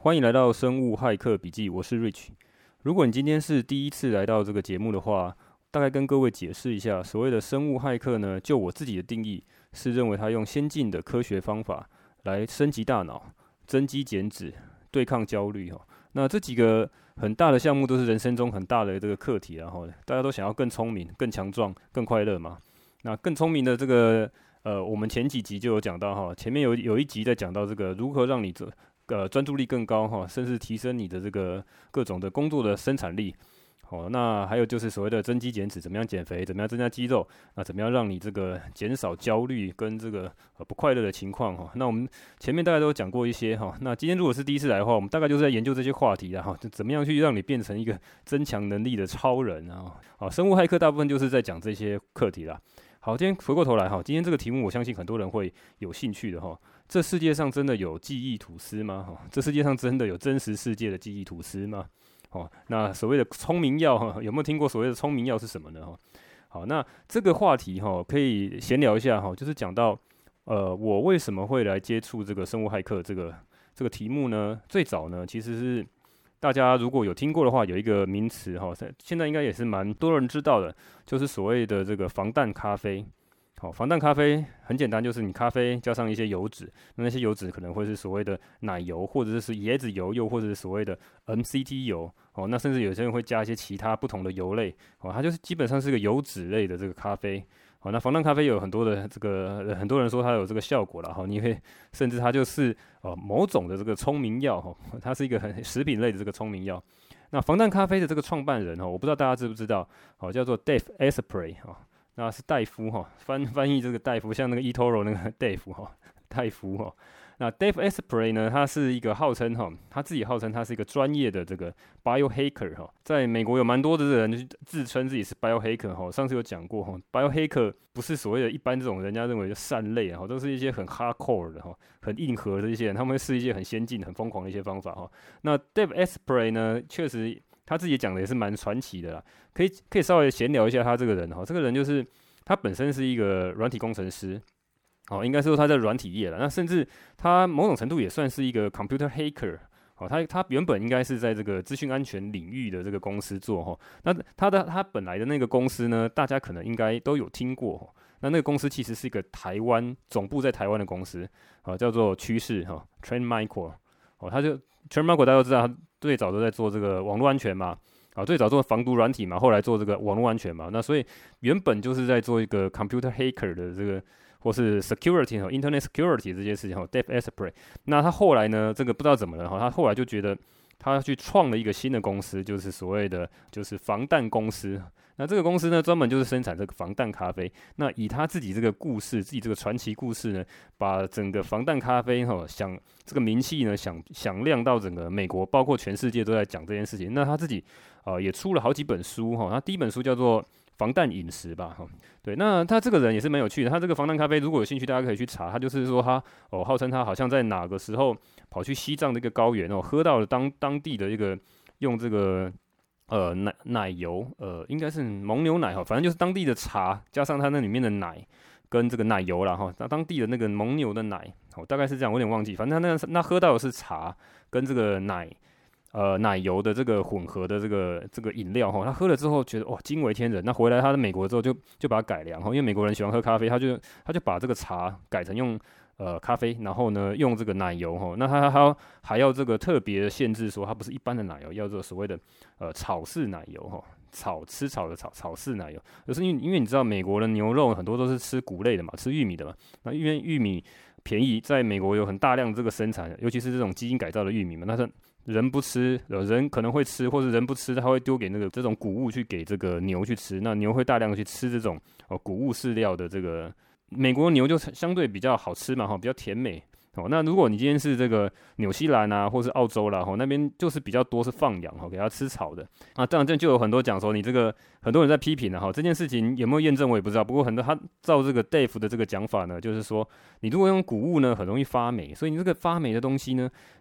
欢迎来到生物骇客笔记，我是 Rich。如果你今天是第一次来到这个节目的话，大概跟各位解释一下，所谓的生物骇客呢，就我自己的定义是认为它用先进的科学方法来升级大脑、增肌减脂、对抗焦虑。那这几个很大的项目都是人生中很大的这个课题，然后大家都想要更聪明、更强壮、更快乐嘛。那更聪明的这个我们前几集就有讲到哈，前面有一集在讲到这个如何让你专注力更高哈，甚至提升你的这个各种的工作的生产力。那还有就是所谓的增肌减脂，怎么样减肥，怎么样增加肌肉，那怎么样让你这个减少焦虑跟这个不快乐的情况哈。那我们前面大概都有讲过一些哈。那今天如果是第一次来的话，我们大概就是在研究这些话题哈，就怎么样去让你变成一个增强能力的超人啊。生物骇客大部分就是在讲这些课题啦。好，今天回过头来哈，今天这个题目我相信很多人会有兴趣的哈。这世界上真的有记忆吐司吗？这世界上真的有真实世界的记忆吐司吗？那所谓的聪明药有没有听过所谓的聪明药是什么呢？好，那这个话题可以闲聊一下就是讲到我为什么会来接触这个生物骇客这个题目呢？最早呢其实是大家如果有听过的话，有一个名词现在应该也是蛮多人知道的，就是所谓的这个防弹咖啡。防弹咖啡很简单，就是你咖啡加上一些油脂，那些油脂可能会是所谓的奶油，或者是椰子油，又或者是所谓的 MCT 油。那甚至有些人会加一些其他不同的油类。它就是基本上是个油脂类的这个咖啡。那防弹咖啡有很多的这个很多人说它有这个效果啦，你会甚至它就是某种的这个聪明药它是一个很食品类的这个聪明药。那防弹咖啡的这个创办人我不知道大家知不知道叫做 Dave Asprey 那是戴夫翻译这个戴夫，像那个 eToro 那个戴夫那 Dave Asprey 呢，他是一个他自己号称他是一个专业的这个 biohacker 在美国有蛮多的人自称自己是 biohacker 上次有讲过biohacker 不是所谓的一般这种人家认为的善类都是一些很 hardcore 的很硬核的一些人，他们会试一些很先进、很疯狂的一些方法那 Dave Asprey 呢，确实他自己讲的也是蛮传奇的啦，可以稍微闲聊一下他这个人这个人就是他本身是一个软体工程师。应该说他在软体业了，那甚至他某种程度也算是一个 computer hacker。他原本应该是在这个资讯安全领域的这个公司做那他本来的那个公司呢，大家可能应该都有听过那个公司其实是一个总部在台湾的公司叫做趋势Trend Micro。他就 Trend Micro 大家都知道，他最早都在做这个网络安全嘛。最早做防毒软体嘛，后来做这个网络安全嘛。那所以原本就是在做一个 computer hacker 的这个或是 security internet security 这些事情Dave Asprey。那他后来呢，这个不知道怎么了他后来就觉得他去创了一个新的公司，就是所谓的就是防弹公司。那这个公司呢，专门就是生产这个防弹咖啡。那以他自己这个故事，自己这个传奇故事呢，把整个防弹咖啡这个名气呢响亮到整个美国，包括全世界都在讲这件事情。那他自己也出了好几本书他第一本书叫做防弹饮食吧对，那他这个人也是蛮有趣的。他这个防弹咖啡如果有兴趣，大家可以去查。他就是说他号称他好像在哪个时候跑去西藏的一个高原喝到了当地的一个用这个奶油应该是蒙牛奶反正就是当地的茶加上它那里面的奶跟这个奶油啦那当地的那个蒙牛的奶大概是这样，我有点忘记。反正他那喝到的是茶跟这个奶油的这个混合的这个饮料他喝了之后觉得惊为天人。那回来他在美国之后就把它改良因为美国人喜欢喝咖啡，他就把这个茶改成用咖啡，然后呢用这个奶油那他还要这个特别的限制，说它不是一般的奶油，要做所谓的草饲奶油吃草的草饲奶油。就是因为你知道美国的牛肉很多都是吃谷类的嘛，吃玉米的嘛。那因为玉米便宜，在美国有很大量这个生产，尤其是这种基因改造的玉米嘛。但是人不吃，人可能会吃，或是人不吃，他会丢给这种谷物去给这个牛去吃。那牛会大量的去吃这种谷物饲料的这个。美国牛就相对比较好吃嘛比较甜美那如果你今天是这个纽西兰啊，或是澳洲啦那边就是比较多是放养给它吃草的当然这就有很多讲说你这个很多人在批评这件事情有没有验证我也不知道。不过很多他照这个 Dave 的这个讲法呢，就是说你如果用谷物呢很容易发霉，所以你这个发霉的东西呢，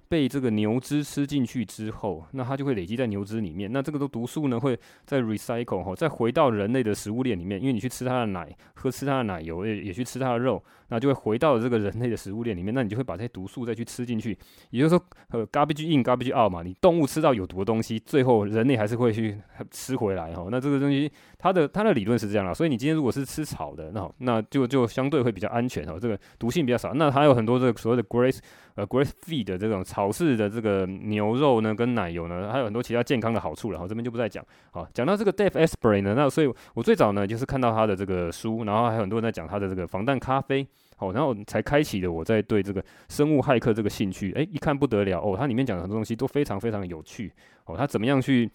被这个牛只吃进去之后，那它就会累积在牛只里面。那这个毒素呢，会再 recycle 再回到人类的食物链里面，因为你去吃它的奶，吃它的奶油，也去吃它的肉，那就会回到这个人类的食物链里面。那你就会把这些毒素再去吃进去。也就是说，garbage in garbage out 嘛，你动物吃到有毒的东西，最后人类还是会去吃回来那这个东西，它的理论是这样啦。所以你今天如果是吃草的，那就相对会比较安全这个毒性比较少。那还有很多这个所谓的 grass feed 的这种草饲的这个牛肉呢，跟奶油呢，还有很多其他健康的好处了这边就不再讲。好，讲到这个 Dave Asprey 呢，那所以我最早呢就是看到他的这个书，然后还有很多人在讲他的这个防弹咖啡。然后才开启了我在对这个生物骇客这个兴趣。一看不得了它里面讲的很多东西都非常非常有趣他怎么样去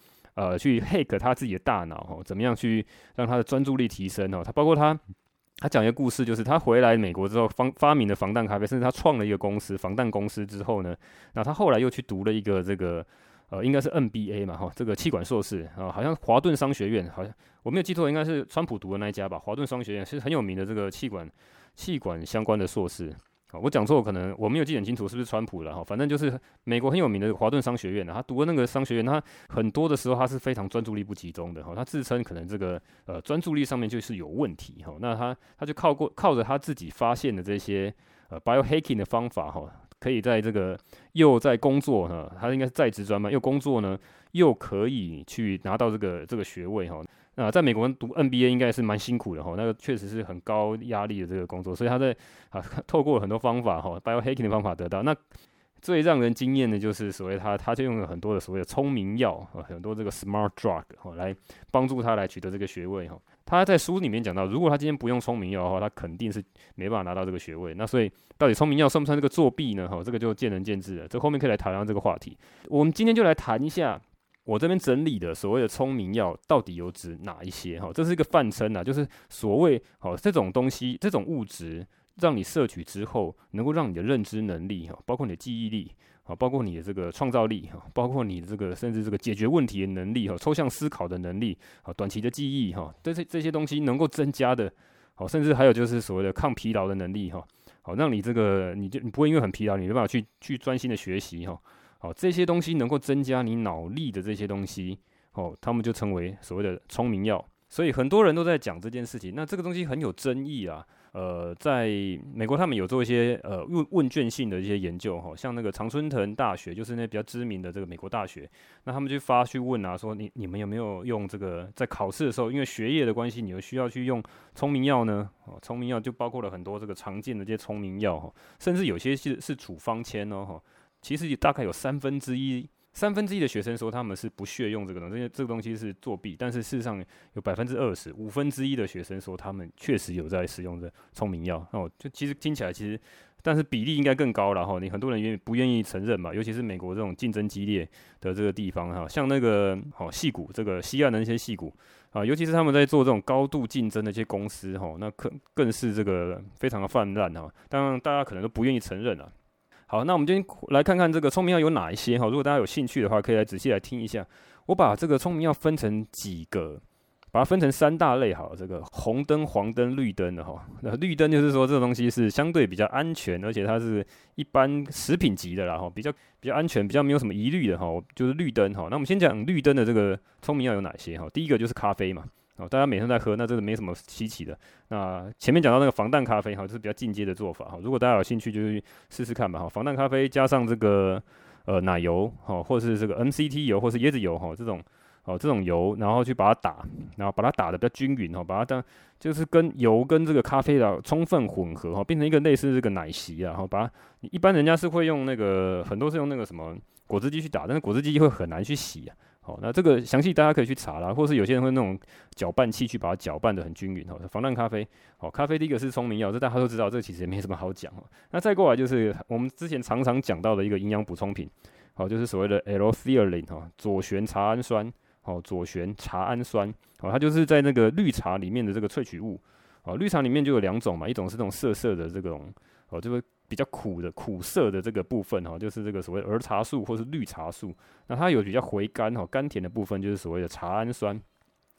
hack 他自己的大脑怎么样去让他的专注力提升他包括他讲一个故事，就是他回来美国之后发明了防弹咖啡，甚至他创了一个公司防弹公司之后呢，那他后来又去读了一个这个应该是 MBA 嘛这个企管硕士好像华顿商学院，好像我没有记错，应该是川普读的那一家吧，华顿商学院是很有名的这个企管相关的硕士。我讲错，可能我没有记得很清楚是不是川普了反正就是美国很有名的华顿商学院他读的那个商学院，他很多的时候他是非常专注力不集中的他自称可能这个专注力上面就是有问题那他就靠着他自己发现的这些biohacking 的方法可以在这个又在工作他应该是在职专班，又工作呢，又可以去拿到这个学位那在美国读 NBA 应该是蛮辛苦的那个确实是很高压力的这个工作，所以他在透过很多方法biohacking 的方法得到。那最让人惊艳的就是所谓他就用了很多的所谓的聪明药很多这个 smart drug 来帮助他来取得这个学位他在书里面讲到，如果他今天不用聪明药的话，他肯定是没办法拿到这个学位。那所以到底聪明药算不算这个作弊呢这个就见仁见智了，这后面可以来谈到这个话题。我们今天就来谈一下我这边整理的所谓的聪明药到底有指哪一些这是一个泛称就是所谓这种东西这种物质让你摄取之后能够让你的认知能力包括你的记忆力包括你的这个创造力包括你的这个甚至这个解决问题的能力抽象思考的能力短期的记忆这些东西能够增加的甚至还有就是所谓的抗疲劳的能力让你这个你不会因为很疲劳你没办法去专心的学习这些东西能够增加你脑力的这些东西他们就称为所谓的聪明药。所以很多人都在讲这件事情，那这个东西很有争议啊。在美国他们有做一些问卷性的一些研究像那个常春藤大学，就是那比较知名的这个美国大学，那他们就去问说你们有没有用这个在考试的时候，因为学业的关系，你有需要去用聪明药呢？聪明药就包括了很多这个常见的这些聪明药甚至有些是处方签其实大概有三分之一的学生说他们是不屑用这个东西，因为这个东西是作弊。但是事实上有20%，五分之一的学生说他们确实有在使用这聪明药。就其实听起来但是比例应该更高了你很多人不愿意承认嘛，尤其是美国这种竞争激烈的这个地方像那个矽谷这个西岸的那些矽谷尤其是他们在做这种高度竞争的一些公司那更是这个非常的泛滥当然大家可能都不愿意承认了。好，那我们今天来看看这个聪明药有哪一些如果大家有兴趣的话，可以来仔细来听一下。我把这个聪明药分成把它分成3大类这个红灯、黄灯、绿灯的那绿灯就是说这个东西是相对比较安全，而且它是一般食品级的啦比较安全，比较没有什么疑虑的就是绿灯那我们先讲绿灯的这个聪明药有哪些第一个就是咖啡嘛。大家每天在喝，那这个没什么稀奇的。那前面讲到那个防弹咖啡就是比较进阶的做法如果大家有兴趣，就去试试看吧防弹咖啡加上这个奶油或是这个 MCT 油或是椰子油这种油，然后去把它然后把它打得比较均匀把它就是跟油跟这个咖啡的充分混合变成一个类似这个奶昔把它一般人家是会用那个很多是用那个什么果汁机去打，但是果汁机会很难去洗那这个详细大家可以去查啦，或是有些人会那种搅拌器去把它搅拌得很均匀防弹咖啡咖啡第一个是聪明药，这大家都知道，这其实也没什么好讲那再过来就是我们之前常常讲到的一个营养补充品就是所谓的 L-theanine 左旋茶氨酸左旋茶氨酸它就是在那个绿茶里面的这个萃取物绿茶里面就有2种嘛，一种是这种涩涩的这种就是比较苦涩的这个部分就是这个所谓儿茶素或是绿茶素，那它有比较回甘甘甜的部分就是所谓的茶氨酸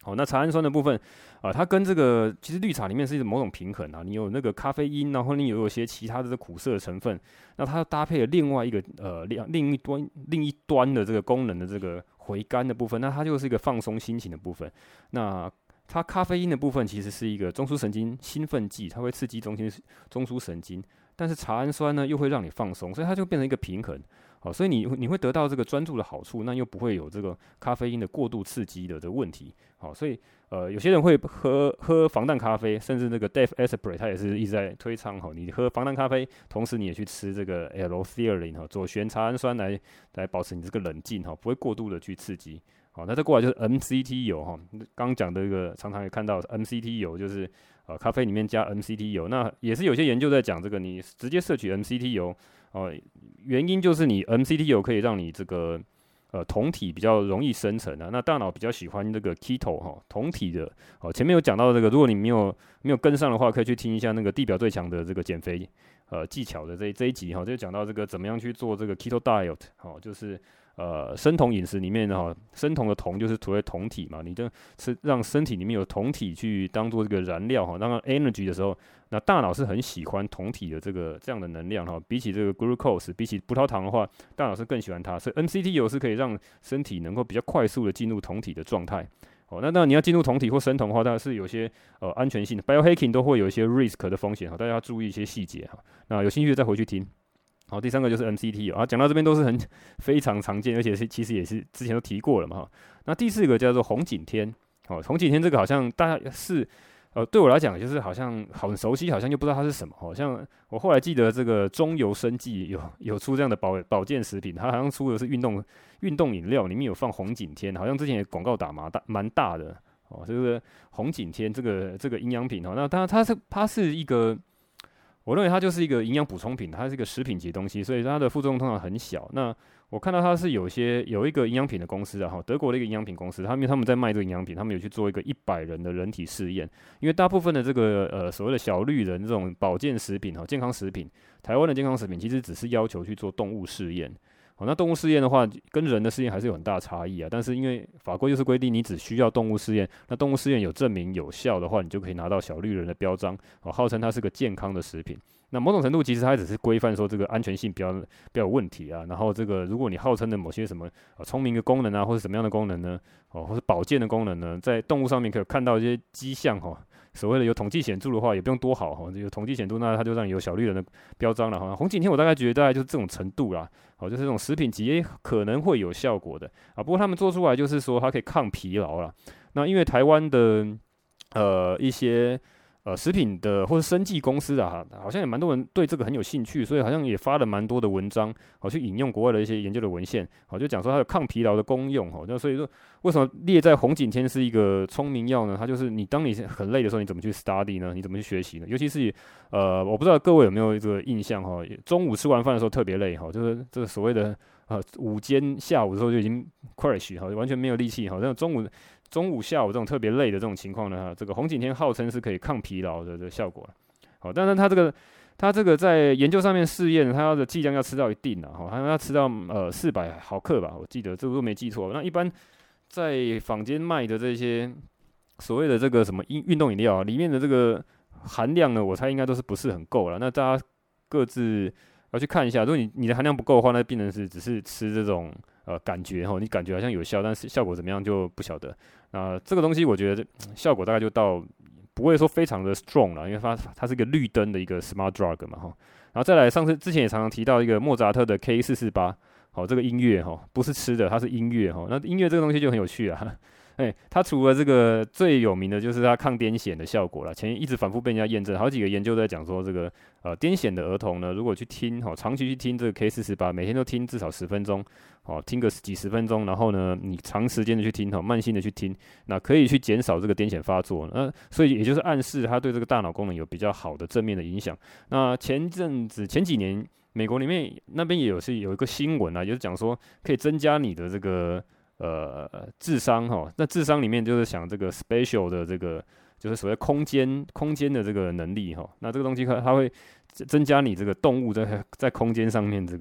好，那茶氨酸的部分它跟这个其实绿茶里面是某种平衡啊，你有那个咖啡因，然后你有一些其他的苦涩的成分，那它搭配了另外一个另一端的这个功能的这个回甘的部分，那它就是一个放松心情的部分。那它咖啡因的部分其实是一个中枢神经兴奋剂，它会刺激中枢神经，但是茶氨酸呢又会让你放松，所以它就变成一个平衡。好，所以你会得到这个专注的好处，那又不会有这个咖啡因的过度刺激的这个问题。好，所以有些人会喝防弹咖啡，甚至那个 Dave Asprey 他也是一直在推倡哈，你喝防弹咖啡，同时你也去吃这个 L-theanine 哈，左旋茶氨酸来保持你这个冷静哈，不会过度的去刺激。好，那再过来就是 MCT 油哈，刚刚讲的这个常常也看到 MCT 油就是咖啡里面加 MCT 油，那也是有些研究在讲这个，你直接摄取 MCT 油原因就是你 MCT 油可以让你这个酮体比较容易生成啊，那大脑比较喜欢这个 keto 酮体的前面有讲到这个，如果你没有跟上的话，可以去听一下那个地表最强的这个减肥技巧的这一集就讲到这个怎么样去做这个 keto diet 就是生酮饮食里面生酮的酮就是所谓酮体嘛，你就吃让身体里面有酮体去当做这个燃料当 energy 的时候，那大脑是很喜欢酮体的这样的能量比起这个 glucose， 比起葡萄糖的话，大脑是更喜欢它，所以 MCT 油是可以让身体能够比较快速的进入酮体的状态。那当然你要进入酮体或生酮的话，当然是有些安全性的 biohacking 都会有一些 risk 的风险大家要注意一些细节那有兴趣的再回去听。好，第三个就是 MCT 讲到这边都是非常常见，而且其实也是之前都提过了嘛那第四个叫做红景天，红景天这个好像大家是对我来讲就是好像很熟悉，好像又不知道它是什么。好像我后来记得这个中油生技有出这样的保健食品，它好像出的是运动饮料，里面有放红景天，好像之前也广告打蛮大的这个红景天这个营养品那当然它是一个。我认为它就是一个营养补充品，它是一个食品级东西，所以它的副作用通常很小。那我看到它是有一个营养品的公司德国的一个营养品公司，他们在卖这个营养品，他们有去做一个100人的人体试验，因为大部分的这个所谓的小绿人这种保健食品健康食品，台湾的健康食品其实只是要求去做动物试验。那动物试验的话，跟人的试验还是有很大的差异但是因为法规就是规定，你只需要动物试验，那动物试验有证明有效的话，你就可以拿到小绿人的标章号称它是个健康的食品。那某种程度其实它只是规范说这个安全性不要有问题然后这个如果你号称的某些什么聪明的功能或者什么样的功能呢或是保健的功能呢，在动物上面可以看到一些迹象所谓的有统计显著的话，也不用多好有统计显著，那它就让你有小绿人的标章了红景天我大概觉得大概就是这种程度啦就是这种食品级也可能会有效果的不过他们做出来就是说它可以抗疲劳啦。那因为台湾的一些食品的或是生技公司好像也蛮多人对这个很有兴趣，所以好像也发了蛮多的文章去引用国外的一些研究的文献就讲说它有抗疲劳的功用那所以说为什么列在红景天是一个聪明药呢？它就是当你很累的时候，你怎么去 study 呢？你怎么去学习呢？尤其是我不知道各位有没有这个印象中午吃完饭的时候特别累就是这个所谓的午间下午的时候就已经 crash 完全没有力气像中午下午这种特别累的这种情况呢这个红景天号称是可以抗疲劳的效果但是它这个在研究上面试验，它的剂量要吃到一定它要吃到400毫克吧，我记得这个都没记错。那一般在坊间卖的这些所谓的这个什么运动饮料里面的这个含量呢，我猜应该都是不是很够了。那大家各自要去看一下，如果你的含量不够的话，那病人是只是吃这种感觉你感觉好像有效，但是效果怎么样就不晓得。这个东西我觉得效果大概就到不会说非常的 strong 啦，因为它是一个绿灯的一个 smart drug 嘛然后再来之前也常常提到一个莫扎特的 K448，这个音乐不是吃的，它是音乐那音乐这个东西就很有趣它除了这个最有名的就是它抗癫痫的效果啦，前一直反复被人家验证，好几个研究在讲说这个癫痫的儿童呢，如果去听长期去听这个 K448，每天都听至少10分钟听个几十分钟，然后呢你长时间的去听慢性的去听，那可以去减少这个癫痫发作所以也就是暗示它对这个大脑功能有比较好的正面的影响。那前几年美国里面那边也有一个新闻就是讲说可以增加你的这个智商那智商里面就是想这个 spatial 的这个就是所谓空间的这个能力那这个东西它会增加你这个动物在空间上面这个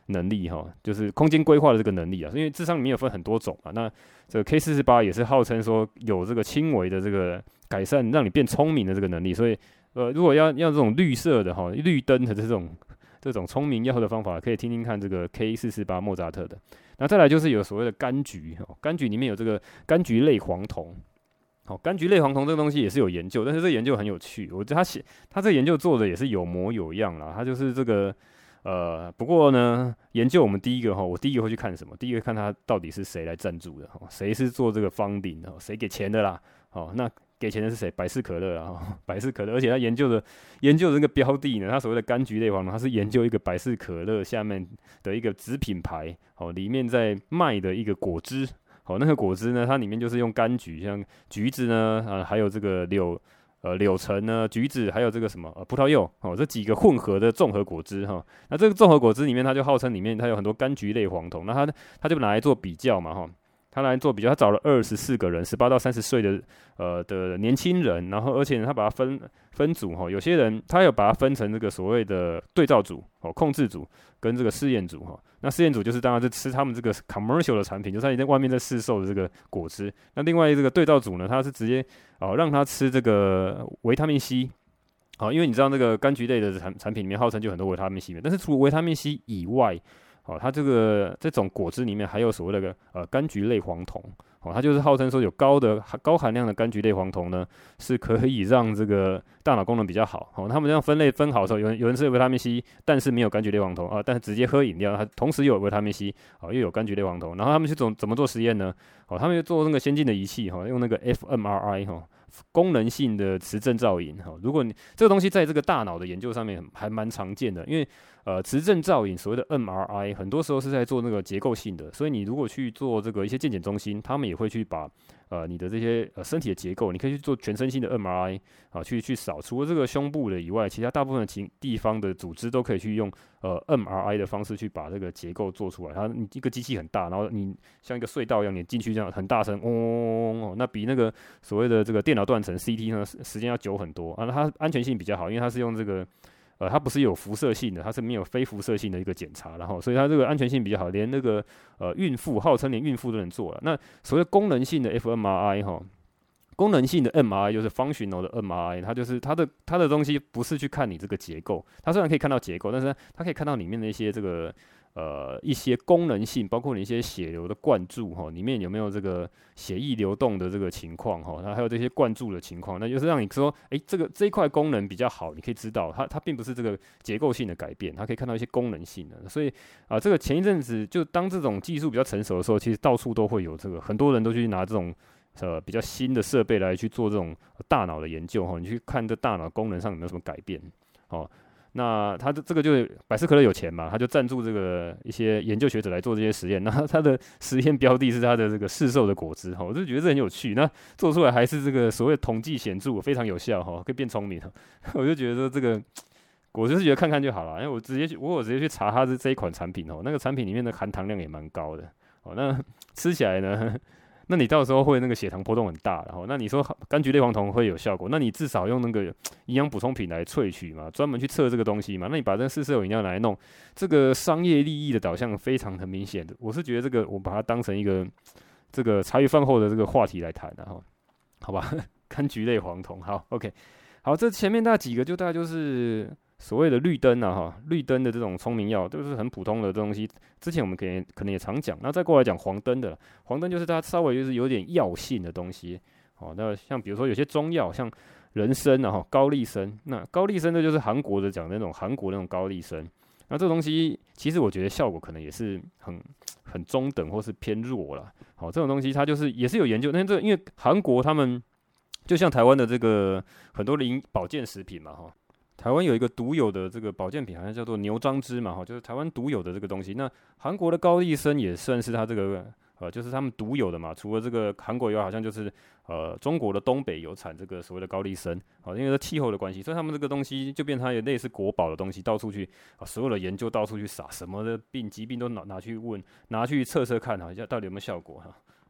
能力哈，就是空间规划的这个能力啊，因为智商里面有分很多种嘛，那这个 K48也是号称说有这个轻微的这个改善，让你变聪明的这个能力，所以如果要这种绿色的哈，绿灯的这种聪明药的方法，可以听听看这个 K448莫扎特的。那再来就是有所谓的柑橘，柑橘里面有这个柑橘类黄酮。好，柑橘类黄酮这个东西也是有研究，但是这个研究很有趣，我觉得他这个研究做的也是有模有样啦。他就是这个不过呢，研究我们第一个我第一个会去看什么？第一个看他到底是谁来赞助的，谁是做这个funding的，谁给钱的啦。那给钱的是谁？百事可乐啊，百事可乐，而且他研究的这个标的呢，他所谓的柑橘类黄酮，他是研究一个百事可乐下面的一个子品牌，里面在卖的一个果汁。那个果汁呢，它里面就是用柑橘，像橘子呢，还有这个柳橙呢，橘子，还有这个什么葡萄柚，这几个混合的综合果汁哈。那这个综合果汁里面，它就号称里面它有很多柑橘类黄酮，那它就拿来做比较嘛哈。他来做比较，他找了24个人，18到30岁的年轻人，然后而且他把它分组哈，有些人他有把它分成这个所谓的对照组控制组跟这个试验组哈。那试验组就是当然是吃他们这个 commercial 的产品，就是他在外面在市售的这个果汁。那另外这个对照组呢，他是直接让他吃这个维他命 C。因为你知道那个柑橘类的产品里面号称就很多维他命 C， 但是除了维他命 C 以外，它这种果汁里面还有所谓的柑橘类黄酮，它就是号称说有高含量的柑橘类黄酮呢，是可以让这个大脑功能比较好。他们这样分好的时候，有人吃维他命 C， 但是没有柑橘类黄酮但是直接喝饮料，它同时有维他命 C， 又有柑橘类黄酮。然后他们去怎么做实验呢？他们就做那个先进的仪器，用那个 fMRI 功能性的磁振造影。如果你这个东西在这个大脑的研究上面还蛮常见的，因为磁振造影所谓的 MRI 很多时候是在做那个结构性的，所以你如果去做这个一些健检中心，他们也会去把你的这些身体的结构，你可以去做全身性的 MRI 去扫，除了这个胸部的以外，其他大部分的地方的组织都可以去用MRI 的方式去把这个结构做出来。你一个机器很大，然后你像一个隧道一样，你进去这样很大声，那比那个所谓的这个电脑断层 CT 呢时间要久很多它安全性比较好，因为它是用这个它不是有辐射性的，它是没有非辐射性的一个检查，然后所以它这个安全性比较好，连那个孕妇号称连孕妇都能做了。那所谓功能性的 fMRI 功能性的 MRI 就是 functional 的 MRI， 它就是它的东西不是去看你这个结构，它虽然可以看到结构，但是它可以看到里面的一些这个一些功能性，包括你一些血流的灌注里面有没有这个血液流动的这个情况它还有这些灌注的情况，那就是让你说，这一块功能比较好，你可以知道它并不是这个结构性的改变，它可以看到一些功能性的。所以这个前一阵子就当这种技术比较成熟的时候，其实到处都会有这个，很多人都去拿这种比较新的设备来去做这种大脑的研究你去看这大脑功能上有没有什么改变那他这个就是百事可乐有钱嘛，他就赞助这个一些研究学者来做这些实验。那他的实验标的是他的这个市售的果汁我就觉得这很有趣。那做出来还是这个所谓统计显著，非常有效可以变聪明我就觉得说这个，我就是觉得看看就好了，因为我直接去查它是这一款产品那个产品里面的含糖量也蛮高的那吃起来呢？那你到时候会那个血糖波动很大，然后那你说柑橘类黄酮会有效果，那你至少用那个营养补充品来萃取嘛，专门去测这个东西嘛。那你把这个市售饮料来弄，这个商业利益的导向非常很明显的。我是觉得这个我把它当成一个这个茶余饭后的这个话题来谈好吧？柑橘类黄酮，好 ，OK， 好，这前面几个大概就是所谓的绿灯绿灯的这种聪明药，这是很普通的东西。之前我们可能也常讲，那再过来讲黄灯的，黄灯就是它稍微就是有点药性的东西那像比如说有些中药，像人参高丽参，那高丽参这就是韩国的讲的那种韩国那种高丽参。那这个东西其实我觉得效果可能也是很中等或是偏弱啦。这种东西它就是也是有研究，但因为韩国他们就像台湾的这个很多保健食品嘛台湾有一个独有的这个保健品，好像叫做牛樟芝嘛就是台湾独有的这个东西。那韩国的高丽参也算是它这个就是他们独有的嘛。除了这个韩国以外，好像就是中国的东北有产这个所谓的高丽参因为气候的关系，所以他们这个东西就变成它也类似国宝的东西，到处去所有的研究到处去撒，什么的疾病都拿去问，拿去测看一下到底有没有效果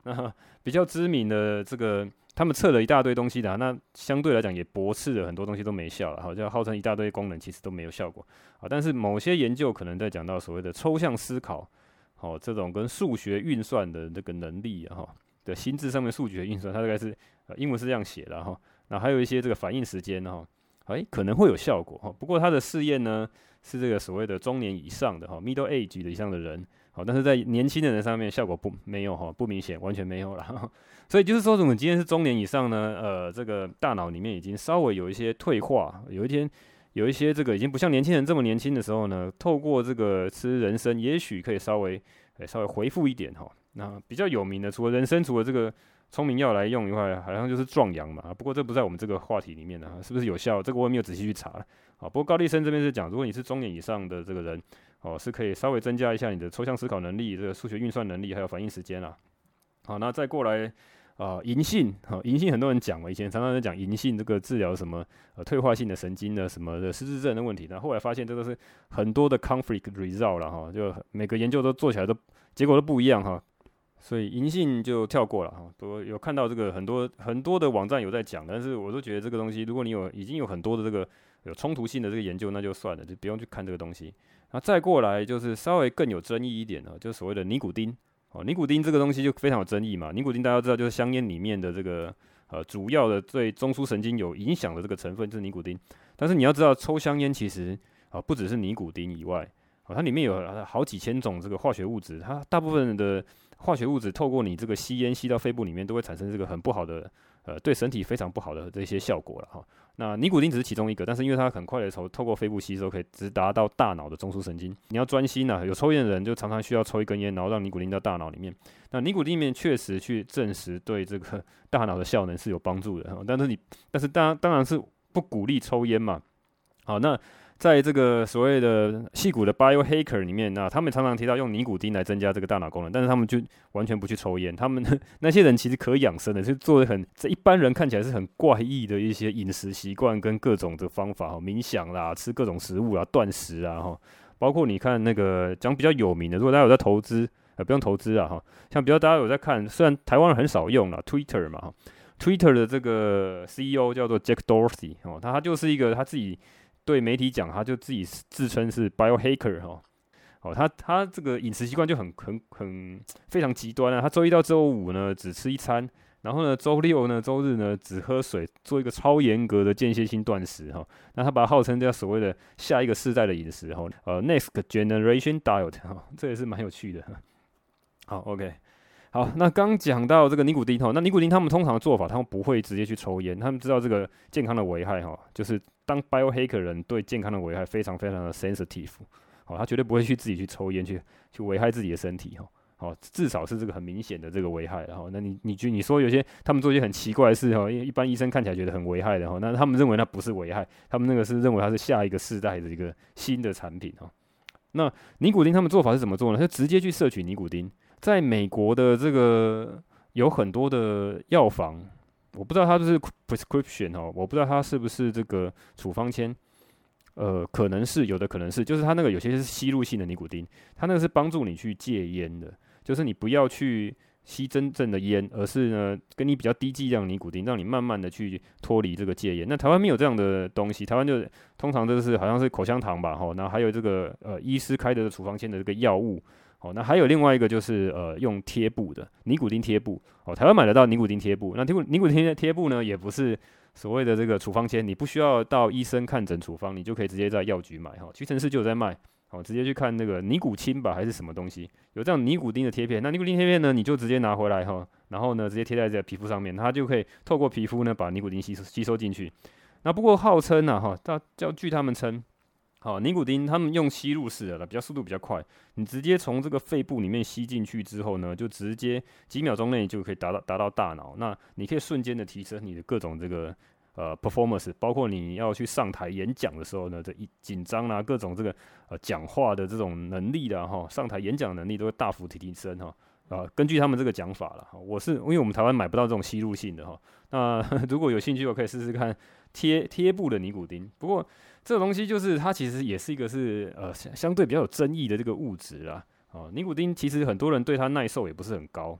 那比较知名的这个，他们测了一大堆东西的，那相对来讲也驳斥了很多东西都没效了，好，就号称一大堆功能其实都没有效果，好，但是某些研究可能在讲到所谓的抽象思考，好，这种跟数学运算的这个能力哈的心智上面数学运算，它大概是英文是这样写的哈，那还有一些这个反应时间哈，可能会有效果哈，不过它的试验呢是这个所谓的中年以上的哈 （middle age） 的以上的人。好，但是在年轻的人上面效果没有哈，不明显，完全没有啦。所以就是说，如果今天是中年以上呢，这个大脑里面已经稍微有一些退化，有一些这个已经不像年轻人这么年轻的时候呢，透过这个吃人参，也许可以稍微恢复一点哈。那比较有名的，除了人参，除了这个聪明药来用以外，好像就是壮阳嘛。不过这不在我们这个话题里面呢，是不是有效？这个我也没有仔细去查。好，不过高丽参这边是讲，如果你是中年以上的这个人。是可以稍微增加一下你的抽象思考能力、这个数学运算能力，还有反应时间啦。好，那再过来银杏，银杏很多人讲嘛，以前常常在讲银杏这个治疗什么退化性的神经的什么的失智症的问题，那后来发现这都是很多的 conflict result 啦哈，就每个研究都做起来都结果都不一样哈，所以银杏就跳过了哈。不过有看到这个很多的网站有在讲，但是我都觉得这个东西，如果你已经有很多的这个有冲突性的这个研究，那就算了，就不用去看这个东西。那再过来就是稍微更有争议一点的，就是所谓的尼古丁。尼古丁这个东西就非常有争议嘛。尼古丁大家知道就是香烟里面的这个主要的对中枢神经有影响的这个成分就是尼古丁。但是你要知道，抽香烟其实不只是尼古丁以外，它里面有好几千种这个化学物质，它大部分的化学物质透过你这个吸烟吸到肺部里面，都会产生这个很不好的对身体非常不好的这些效果了哈。那尼古丁只是其中一个，但是因为它很快的透过肺部吸收，可以直达到大脑的中枢神经。你要专心有抽烟的人就常常需要抽一根烟，然后让尼古丁到大脑里面。那尼古丁里面确实去证实对这个大脑的效能是有帮助的，但是当然是不鼓励抽烟嘛。好，那在这个所谓的矽谷的 biohacker 里面，那他们常常提到用尼古丁来增加这个大脑功能，但是他们就完全不去抽烟。他们那些人其实可养生的，是做的这一般人看起来是很怪异的一些饮食习惯跟各种的方法，冥想啦，吃各种食物啦，断食啊，包括你看那个讲比较有名的，如果大家有在投资，不用投资啊，像比较大家有在看，虽然台湾人很少用啦 Twitter 嘛，Twitter 的这这个 CEO 叫做 Jack Dorsey 他就是一个他自己。对媒体讲，他就自己自称是 biohacker 他这个饮食习惯就很非常极端啊。他周一到周五呢只吃一餐，然后呢周六呢周日呢只喝水，做一个超严格的间歇性断食那他把它号称叫所谓的下一个世代的饮食next generation diet 这也是蛮有趣的。好 ，OK。好，那刚讲到这个尼古丁那尼古丁他们通常的做法，他们不会直接去抽烟，他们知道这个健康的危害就是当 biohacker 人对健康的危害非常非常的 sensitive，他绝对不会自己去抽烟去危害自己的身体至少是这个很明显的这个危害那你说有些他们做一些很奇怪的事因为一般医生看起来觉得很危害的那他们认为那不是危害，他们那个是认为它是下一个世代的一个新的产品那尼古丁他们做法是怎么做呢？就直接去摄取尼古丁。在美国的这个有很多的药房，我不知道它是 prescription 我不知道它是不是这个处方签，可能是有的，可能是就是它那个有些是吸入性的尼古丁，它那个是帮助你去戒烟的，就是你不要去吸真正的烟，而是呢跟你比较低剂量尼古丁，让你慢慢的去脱离这个戒烟。那台湾没有这样的东西，台湾就通常就是好像是口香糖吧，然后还有这个医师开的处方签的这个药物。那还有另外一个就是用贴布的尼古丁贴布台湾买得到尼古丁贴布。那尼古丁贴布呢，也不是所谓的这个处方签，你不需要到医生看诊处方，你就可以直接在药局买屈臣氏就有在卖直接去看那个尼古清吧还是什么东西，有这样尼古丁的贴片。那尼古丁贴片呢，你就直接拿回来然后呢直接贴在这个皮肤上面，它就可以透过皮肤呢把尼古丁吸收进去。那不过号称据他们称。尼古丁他们用吸入式的比较速度比较快，你直接从这个肺部里面吸进去之后呢，就直接几秒钟内就可以达到大脑。那你可以瞬间的提升你的各种这个performance， 包括你要去上台演讲的时候呢，这一紧张啦，各种这个讲话的这种能力啦上台演讲能力都会大幅提升根据他们这个讲法啦，因为我们台湾买不到这种吸入性的那如果有兴趣，我可以试试看贴布的尼古丁。不过这个东西就是它其实也是一个相对比较有争议的这个物质啦。尼古丁其实很多人对它耐受也不是很高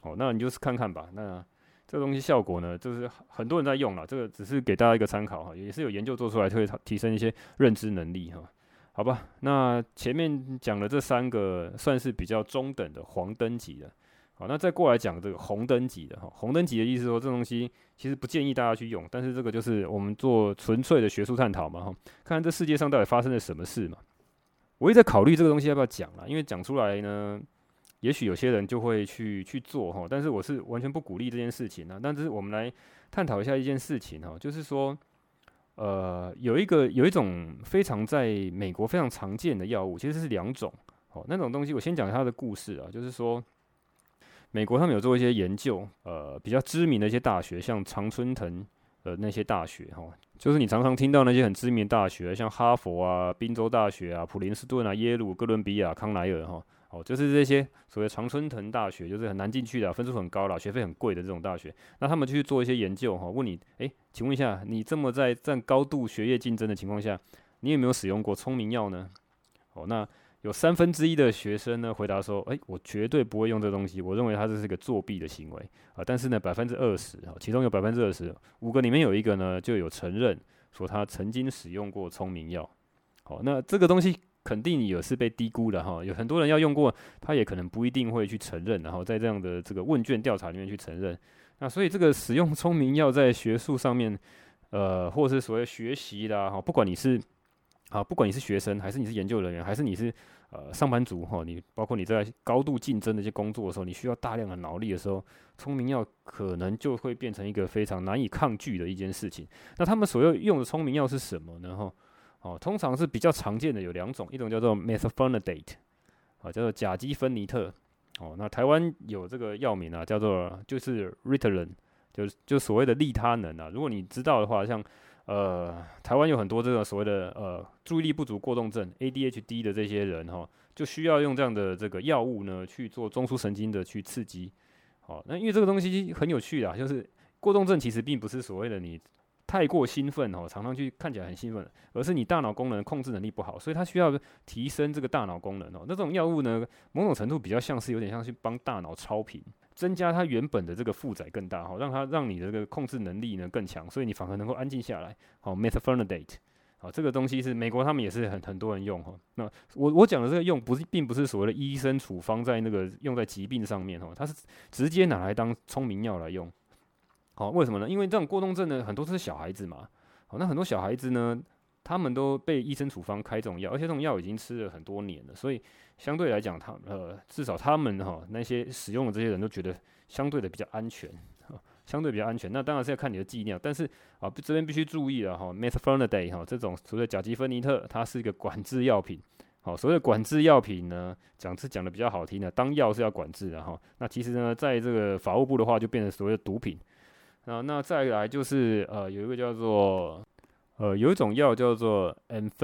那你就是看看吧。那这个东西效果呢，就是很多人在用啦，这个只是给大家一个参考哈，也是有研究做出来，会提升一些认知能力哈。好吧，那前面讲的这3个算是比较中等的黄灯级的，好，那再过来讲这个红灯级的哈。红灯级的意思说，这东西其实不建议大家去用，但是这个就是我们做纯粹的学术探讨嘛哈，看看这世界上到底发生了什么事嘛。我一直在考虑这个东西要不要讲啦，因为讲出来呢，也许有些人就会去做哈，但是我是完全不鼓励这件事情啊。但是我们来探讨一下一件事情哈，就是说。有一种非常在美国非常常见的药物，其实是2种。那种东西我先讲它的故事啊，就是说，美国他们有做一些研究，比较知名的一些大学，像常春藤那些大学就是你常常听到那些很知名的大学，像哈佛啊、宾州大学啊、普林斯顿啊、耶鲁、哥伦比亚、康奈尔就是这些所谓常春藤大学，就是很难进去的，分数很高啦，学费很贵的这种大学。那他们就去做一些研究问你，请问一下，你这么在高度学业竞争的情况下，你有没有使用过聪明药呢？那有1/3的学生呢回答说，我绝对不会用这东西，我认为它这是一个作弊的行为但是呢20%其中有20%，5个里面有1个呢就有承认说他曾经使用过聪明药。那这个东西肯定也是被低估的有很多人要用过，他也可能不一定会去承认，然后在这样的这个问卷调查里面去承认。那所以这个使用聪明药在学术上面，或是所谓学习啦，不管你是学生，还是你是研究人员，还是你是上班族你包括你在高度竞争的一些工作的时候，你需要大量的脑力的时候，聪明药可能就会变成一个非常难以抗拒的一件事情。那他们所用的聪明药是什么呢？通常是比较常见的有2种，一种叫做 methylphenidate， 叫做甲基芬尼特。那台湾有这个药名啊，叫做就是 Ritalin， 就所谓的利他能啊。如果你知道的话，像台湾有很多这个所谓的注意力不足过动症 ADHD 的这些人就需要用这样的这个药物呢去做中枢神经的去刺激。那因为这个东西很有趣啊，就是过动症其实并不是所谓的你太过兴奋常常去看起来很兴奋，而是你大脑功能控制能力不好，所以它需要提升这个大脑功能那这种药物呢，某种程度比较像是有点像去帮大脑超频，增加它原本的这个负载更大让你的这个控制能力呢更强，所以你反而能够安静下来。methylphenidate， 这个东西是美国他们也是很多人用那我讲的这个用并不是所谓的医生处方在那个用在疾病上面它是直接拿来当聪明药来用。为什么呢？因为这种过动症呢，很多都是小孩子嘛。那很多小孩子呢，他们都被医生处方开这种药，而且这种药已经吃了很多年了，所以相对来讲，至少他们那些使用的这些人都觉得相对的比较安全，相对比较安全。那当然是要看你的剂量，但是这边必须注意了methylphenidate 这种所谓的甲基芬尼特，它是一个管制药品。所谓的管制药品呢，讲的比较好听的，当药是要管制的那其实呢，在这个法务部的话，就变成所谓的毒品。那再来就是有一个叫做有一种药叫做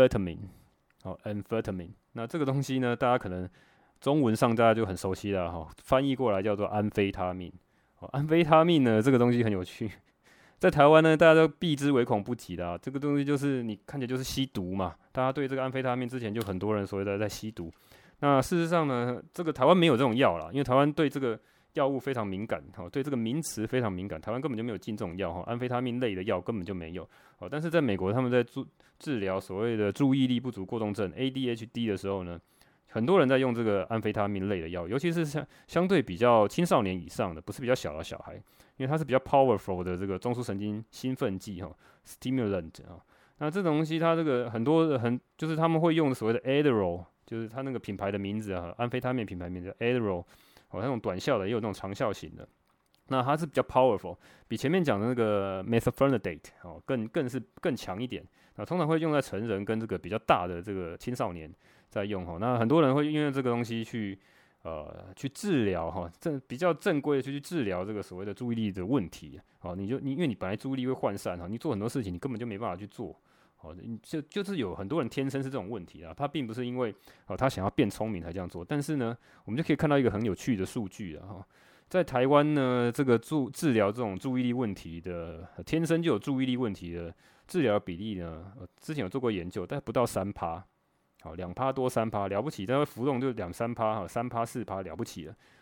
amphetamine，amphetamine。那这个东西呢，大家可能中文上大家就很熟悉了翻译过来叫做安非他命。安非他命呢，这个东西很有趣，在台湾呢，大家都避之唯恐不及的这个东西就是你看起来就是吸毒嘛，大家对这个安非他命之前就很多人所谓的在吸毒。那事实上呢，这个台湾没有这种药啦，因为台湾对这个药物非常敏感对这个名词非常敏感，台湾根本就没有禁这种药安非他命类的药根本就没有但是在美国他们在治疗所谓的注意力不足过动症 ADHD 的时候呢，很多人在用这个安非他命类的药，尤其是相对比较青少年以上的，不是比较小的小孩，因为它是比较 powerful 的这个中枢神经兴奋剂stimulant 那这种东西它这个很多就是他们会用所谓的 Adderall， 就是它那个品牌的名字安非他命品牌名字 Adderall。那种短效的也有那种长效型的，那它是比较 powerful， 比前面讲的那个 methylphenidate 更强一点。通常会用在成人跟这个比较大的这个青少年在用那很多人会运用这个东西去治疗比较正规的去治疗这个所谓的注意力的问题因为你本来注意力会涣散你做很多事情你根本就没办法去做。就是有很多人天生是这种问题他并不是因为他想要变聪明才这样做，但是呢，我们就可以看到一个很有趣的数据在台湾呢，这个治疗这种注意力问题的天生就有注意力问题的治疗比例呢，之前有做过研究，但不到3%，2%多3%了不起，但是浮动就2-3%3%-4%了不起了。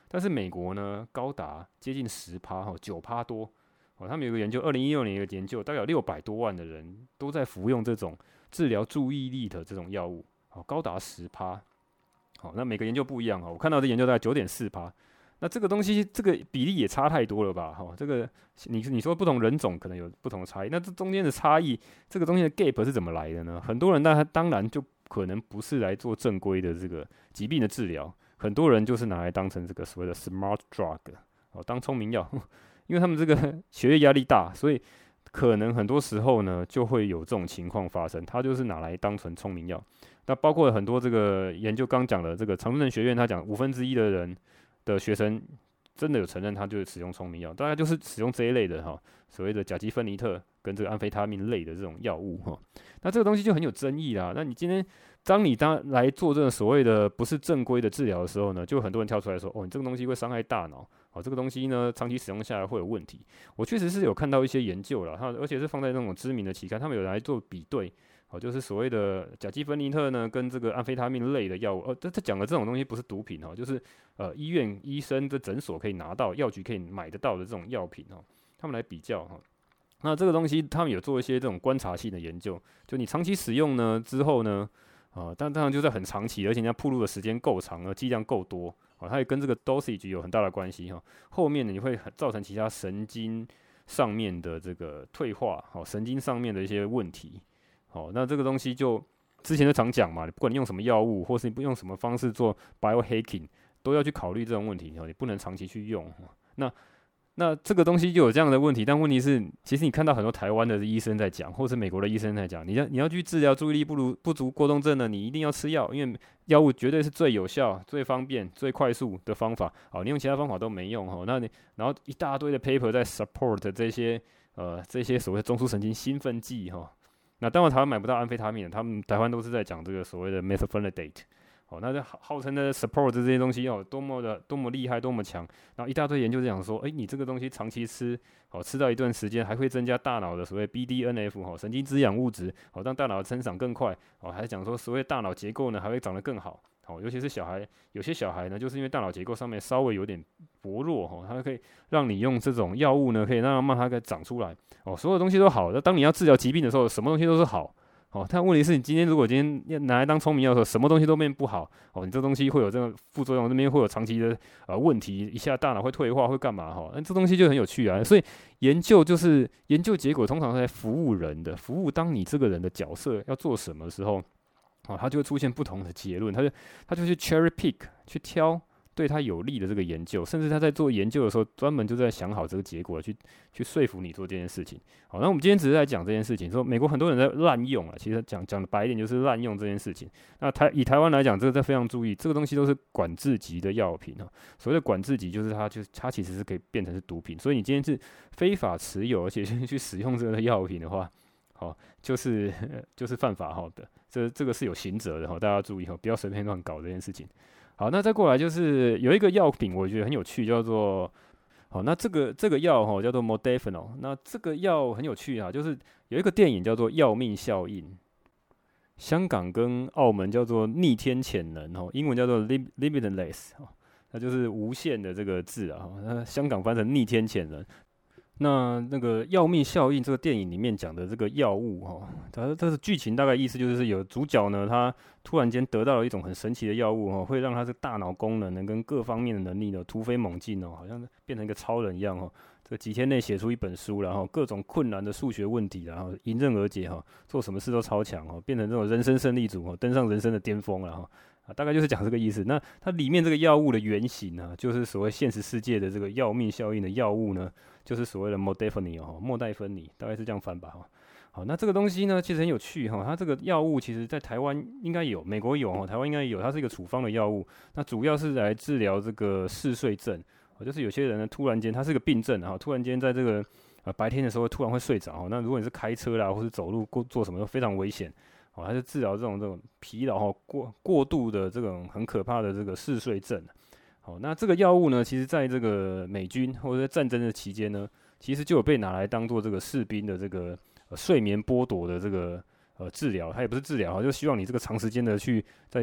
但是美国呢高达接近10%哈，9%多。他们有个研究，2016年有个研究，大概有600多万的人都在服用这种治疗注意力的这种药物，高达10%。好，那每个研究不一样，我看到的研究大概9.4%。那这个东西，这个比例也差太多了吧？这个你说不同人种可能有不同的差异，那这中间的差异，这个东西的 gap 是怎么来的呢？很多人当然就可能不是来做正规的这个疾病的治疗，很多人就是拿来当成这个所谓的 smart drug， 当聪明药，因为他们这个学业压力大，所以可能很多时候呢就会有这种情况发生，他就是拿来当成聪明药。那包括很多这个研究刚讲的这个长春藤学院，他讲1/5的人的学生真的有承认他就是使用聪明药，大概就是使用这一类的所谓的甲基芬尼特跟这个安非他命类的这种药物那这个东西就很有争议啦。那你今天当你来做这个所谓的不是正规的治疗的时候呢，就很多人跳出来说，你这个东西会伤害大脑，这个东西呢长期使用下来会有问题。我确实是有看到一些研究啦，而且是放在那种知名的期刊，他们有来做比对。就是所谓的甲基芬尼特呢，跟这个安非他命类的药物，这讲的这种东西不是毒品就是医院医生的诊所可以拿到，药局可以买得到的这种药品他们来比较那这个东西他们有做一些这种观察性的研究，就你长期使用呢之后呢，但当然就在很长期，而且人家暴露的时间够长，剂量够多它也跟这个 dosage 有很大的关系后面呢你会造成其他神经上面的这个退化神经上面的一些问题。那这个东西就之前就常讲嘛，不管你用什么药物，或是你不用什么方式做 biohacking， 都要去考虑这种问题你不能长期去用。那这个东西就有这样的问题，但问题是，其实你看到很多台湾的医生在讲，或是美国的医生在讲，你要去治疗注意力不足过动症呢，你一定要吃药，因为药物绝对是最有效、最方便、最快速的方法。你用其他方法都没用然后一大堆的 paper 在 support 这些所谓的中枢神经兴奋剂那当然台湾买不到安非他命，他们台湾都是在讲这个所谓的 methylphenidate。那这号称的 support 这些东西多么厉害，多么强，然后一大堆研究在讲说，你这个东西长期吃，吃到一段时间还会增加大脑的所谓 BDNF 神经滋养物质，让大脑的生长更快，还讲说所谓大脑结构呢还会长得更好。尤其是有些小孩呢，就是因为大脑结构上面稍微有点薄弱它可以让你用这种药物呢，可以让它给长出来所有东西都好。那当你要治疗疾病的时候，什么东西都是好但问题是你如果今天要拿来当聪明药的时候，什么东西都变不好你这东西会有这个副作用，这边会有长期的问题，一下大脑会退化，会干嘛那这东西就很有趣啊。所以研究结果通常是在服务人的，服务当你这个人的角色要做什么的时候他就会出现不同的结论，他就去 cherry pick 去挑对他有利的这个研究，甚至他在做研究的时候，专门就在想好这个结果，去说服你做这件事情。好，那我们今天只是在讲这件事情，说美国很多人在滥用其实讲的白一点就是滥用这件事情。那以台湾来讲，这个非常注意，这个东西都是管制级的药品所谓的管制级，就是它其实是可以变成是毒品，所以你今天是非法持有，而且去使用这个药品的话，就是犯法的，这个是有刑责的大家要注意不要随便乱搞这件事情。好，那再过来就是有一个药品，我觉得很有趣，叫做那这个药叫做 Modafinil。那这个药很有趣就是有一个电影叫做《要命效应》，香港跟澳门叫做逆天潜能英文叫做 Limitless 那就是无限的这个字那香港翻成逆天潜能。那个要命效应这个电影里面讲的这个药物它这个剧情大概意思就是有主角呢，他突然间得到了一种很神奇的药物会让他的大脑功能跟各方面的能力呢突飞猛进好像变成一个超人一样这个几天内写出一本书，然后各种困难的数学问题，然后迎刃而解做什么事都超强变成这种人生胜利组登上人生的巅峰了大概就是讲这个意思。那它里面这个药物的原型就是所谓现实世界的这个要命效应的药物呢，就是所谓的 Modafinil 莫代芬尼，大概是这样翻吧好，那这个东西呢其实很有趣它这个药物其实在台湾应该有，美国有台湾应该有，它是一个处方的药物，那主要是来治疗这个嗜睡症就是有些人呢突然间它是个病症突然间在这个白天的时候突然会睡着那如果你是开车啦或是走路做什么都非常危险它是治疗这种疲劳过度的这种很可怕的这个嗜睡症。那这个药物呢，其实在这个美军或者在战争的期间呢，其实就有被拿来当做这个士兵的这个睡眠剥夺的这个治疗，它也不是治疗就希望你这个长时间的去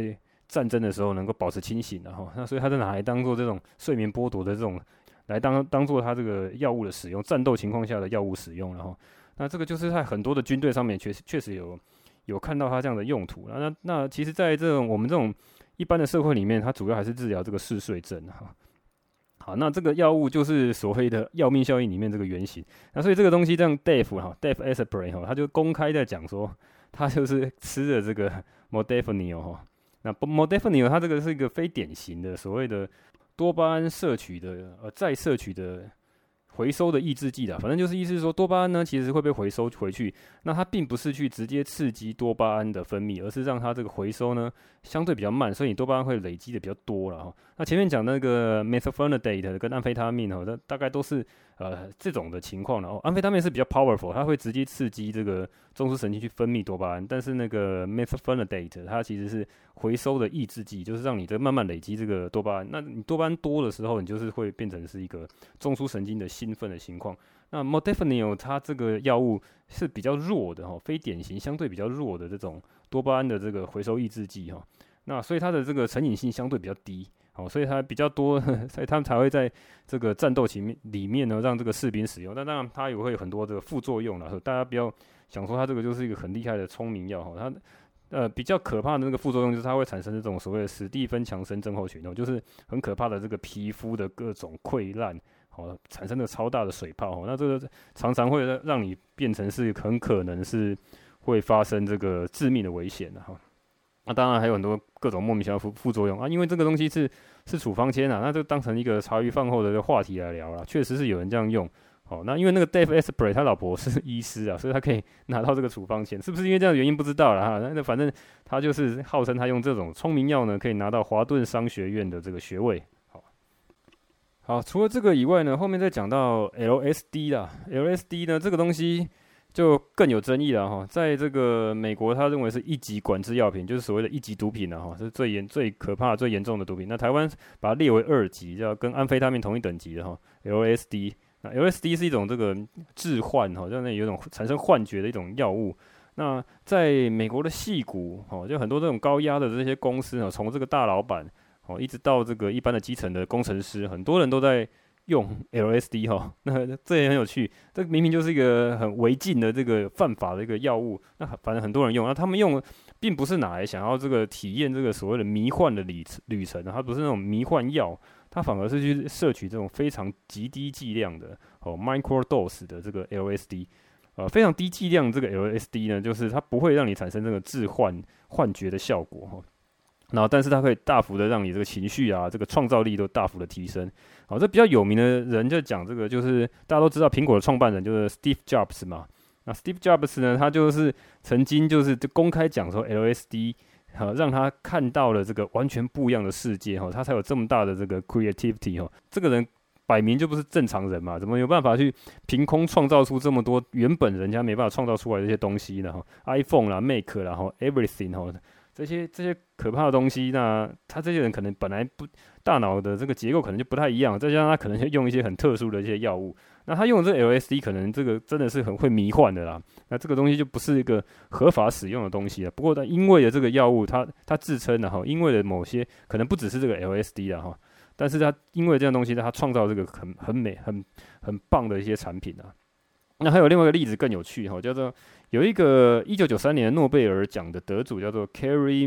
战争的时候能够保持清醒的哈。那所以它是拿来当做这种睡眠剥夺的这种，来当做它这个药物的使用，战斗情况下的药物使用，然后那这个就是在很多的军队上面确实有看到它这样的用途。那其实，在我们这种一般的社会里面，它主要还是治疗这个嗜睡症哈。好，那这个药物就是所谓的药命效应里面这个原型。那所以这个东西，这样 Dave Asprey 哈，他就公开在讲说，他就是吃的这个 Modafinil 哈。那 Modafinil 它这个是一个非典型的所谓的多巴胺摄取的再摄取的回收的抑制剂啦，反正就是意思是说，多巴胺呢其实会被回收回去，那它并不是去直接刺激多巴胺的分泌，而是让它这个回收呢相对比较慢，所以你多巴胺会累积的比较多了哈。那前面讲那个 methylphenidate 跟安非他命哈，大概都是这种的情况了哦。安非他命是比较 powerful， 它会直接刺激这个中枢神经去分泌多巴胺，但是那个 methylphenidate 它其实是回收的抑制剂，就是让你慢慢累积这个多巴胺。那你多巴胺多的时候，你就是会变成是一个中枢神经的兴奋的情况。那 Modafinil 它这个药物是比较弱的哈，非典型相对比较弱的这种多巴胺的这个回收抑制剂哈。那所以它的这个成瘾性相对比较低，好，所以它比较多，所以他们才会在这个战斗里面呢让这个士兵使用。但当然它也会有很多的副作用啦，所以大家不要想说它这个就是一个很厉害的聪明药哈。它比较可怕的那个副作用就是它会产生这种所谓的史蒂芬强森症候群哦，就是很可怕的这个皮肤的各种溃烂。哦，产生了超大的水泡哦，那这个常常会让你变成是很可能是会发生这个致命的危险的哈。那当然还有很多各种莫名其妙的副作用啊，因为这个东西是处方签啊，那就当成一个茶余饭后的话题来聊啦。确实是有人这样用，哦，那因为那个 Dave Asprey 他老婆是医师啊，所以他可以拿到这个处方签，是不是因为这样的原因不知道啦哈。那反正他就是号称他用这种聪明药呢，可以拿到华顿商学院的这个学位。好，除了这个以外呢，后面再讲到 LSD 啦 ，LSD 呢这个东西就更有争议了哈。在这个美国，他认为是一级管制药品，就是所谓的一级毒品了哈，是最可怕、最严重的毒品。那台湾把它列为2级，叫跟安非他命同一等级的哈 ，LSD。那 LSD 是一种这个致幻哈，就那有一种产生幻觉的一种药物。那在美国的矽谷哦，就很多这种高压的这些公司哦，从这个大老板。哦，一直到这个一般的基层的工程师，很多人都在用 LSD 哈。那这也很有趣，这明明就是一个很违禁的这个犯法的一个药物，那反正很多人用，那他们用并不是拿来想要这个体验这个所谓的迷幻的旅程，它不是那种迷幻药，它反而是去摄取这种非常极低剂量的microdose 的这个 LSD。非常低剂量这个 LSD 呢，就是它不会让你产生这个致幻觉的效果哈。然后，但是它可以大幅的让你这个情绪啊，这个创造力都大幅的提升。好，这比较有名的人就讲这个，就是大家都知道苹果的创办人就是 Steve Jobs 嘛。那 Steve Jobs 呢，他就是曾经就公开讲说 LSD，让他看到了这个完全不一样的世界哈，他才有这么大的这个 creativity 哈。这个人摆明就不是正常人嘛，怎么有办法去凭空创造出这么多原本人家没办法创造出来的这些东西呢？哈 ，iPhone 啦、Mac 啦、everything 哈。这些可怕的东西，那他这些人可能本来大脑的这个结构可能就不太一样，再加上他可能就用一些很特殊的一些药物，那他用的这个 LSD 可能这个真的是很会迷幻的啦，那这个东西就不是一个合法使用的东西了。不过他因为的这个药物，他自称的哈，因为的某些可能不只是这个 LSD 啦哈，但是他因为这样东西，他创造这个很美很棒的一些产品啊。那还有另外一个例子更有趣哈，叫做有一个1993年诺贝尔奖的得主叫做 Carey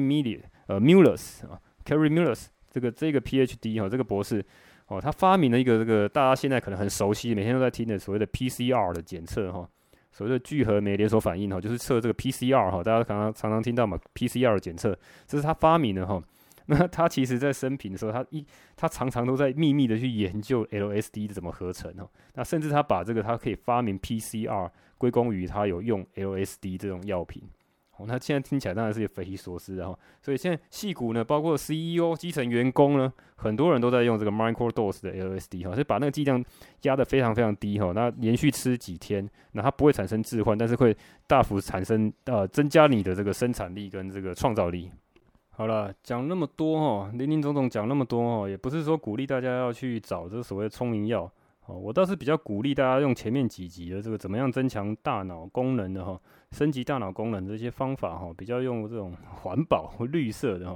Mullis 啊 ，Carey Mullis 这个 PhD 哈，这个博士哦，他发明了一个这个大家现在可能很熟悉，每天都在听的所谓的 PCR 的检测哈，所谓的聚合酶连锁反应哈，就是测这个 PCR 哈，大家常常听到嘛 PCR 的检测，这是他发明的哈。那他其实在生平的时候，他常常都在秘密的去研究 LSD 怎么合成哦。那甚至他把这个他可以发明 PCR 归功于他有用 LSD 这种药品。哦，那现在听起来当然是匪夷所思的哈。所以现在矽谷呢，包括 CEO 基层员工呢，很多人都在用这个 microdose 的 LSD 哈，就把那个剂量压得非常非常低哈。那连续吃几天，那它不会产生致幻，但是会大幅产生增加你的这个生产力跟这个创造力。好了，讲那么多哈，林林总总讲那么多哈，也不是说鼓励大家要去找这所谓的聪明药。我倒是比较鼓励大家用前面几集的这个怎么样增强大脑功能的升级大脑功能这些方法比较用这种环保或绿色的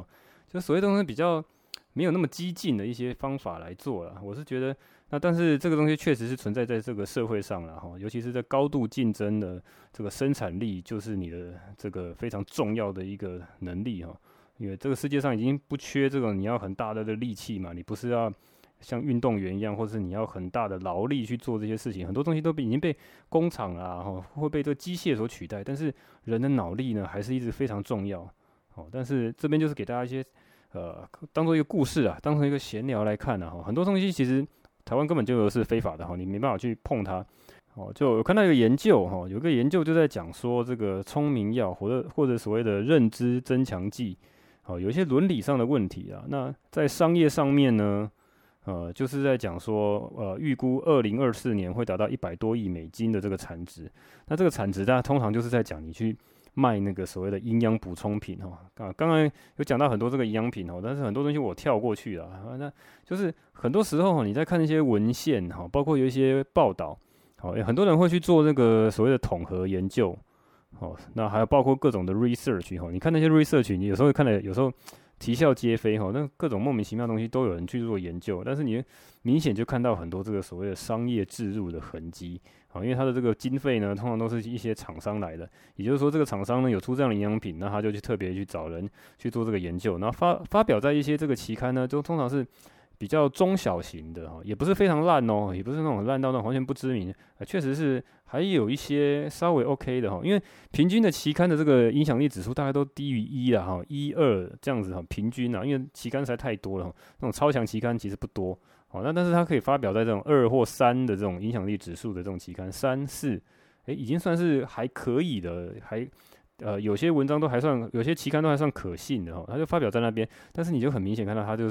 就所谓东西比较没有那么激进的一些方法来做了。我是觉得，那但是这个东西确实是存在在这个社会上了哈，尤其是在高度竞争的这个生产力，就是你的这个非常重要的一个能力哈。因为这个世界上已经不缺这种你要很大的力气嘛，你不是要像运动员一样，或是你要很大的劳力去做这些事情，很多东西都已经被工厂啦会被这个机械所取代，但是人的脑力呢还是一直非常重要。但是这边就是给大家一些当做一个故事啊，当成一个闲聊来看啊，很多东西其实台湾根本就是非法的哈，你没办法去碰它。就有看到一个研究哈，有个研究就在讲说这个聪明药或者所谓的认知增强剂。有一些伦理上的问题啊。那在商业上面呢，就是在讲说，预估2024年会达到100多亿美金的这个产值。那这个产值，大家通常就是在讲你去卖那个所谓的营养补充品刚刚有讲到很多这个营养品但是很多东西我跳过去了。那就是很多时候你在看一些文献包括有一些报道，很多人会去做那个所谓的统合研究。那还有包括各种的 research 你看那些 research， 你有时候看了，有时候啼笑皆非那各种莫名其妙的东西都有人去做研究，但是你明显就看到很多这个所谓的商业置入的痕迹因为它的这个经费呢，通常都是一些厂商来的，也就是说这个厂商呢有出这样的营养品，那他就去特别去找人去做这个研究，然后发表在一些这个期刊呢，就通常是比较中小型的也不是非常烂也不是那种烂到那种完全不知名，确实是还有一些稍微 OK 的因为平均的期刊的这个影响力指数大概都低于1啦1、2这样子平均因为期刊实在太多了那种超强期刊其实不多但是它可以发表在这种2或3的这种影响力指数的这种期刊，3、4，已经算是还可以的，有些文章都还算，有些期刊都还算可信的它就发表在那边，但是你就很明显看到它就是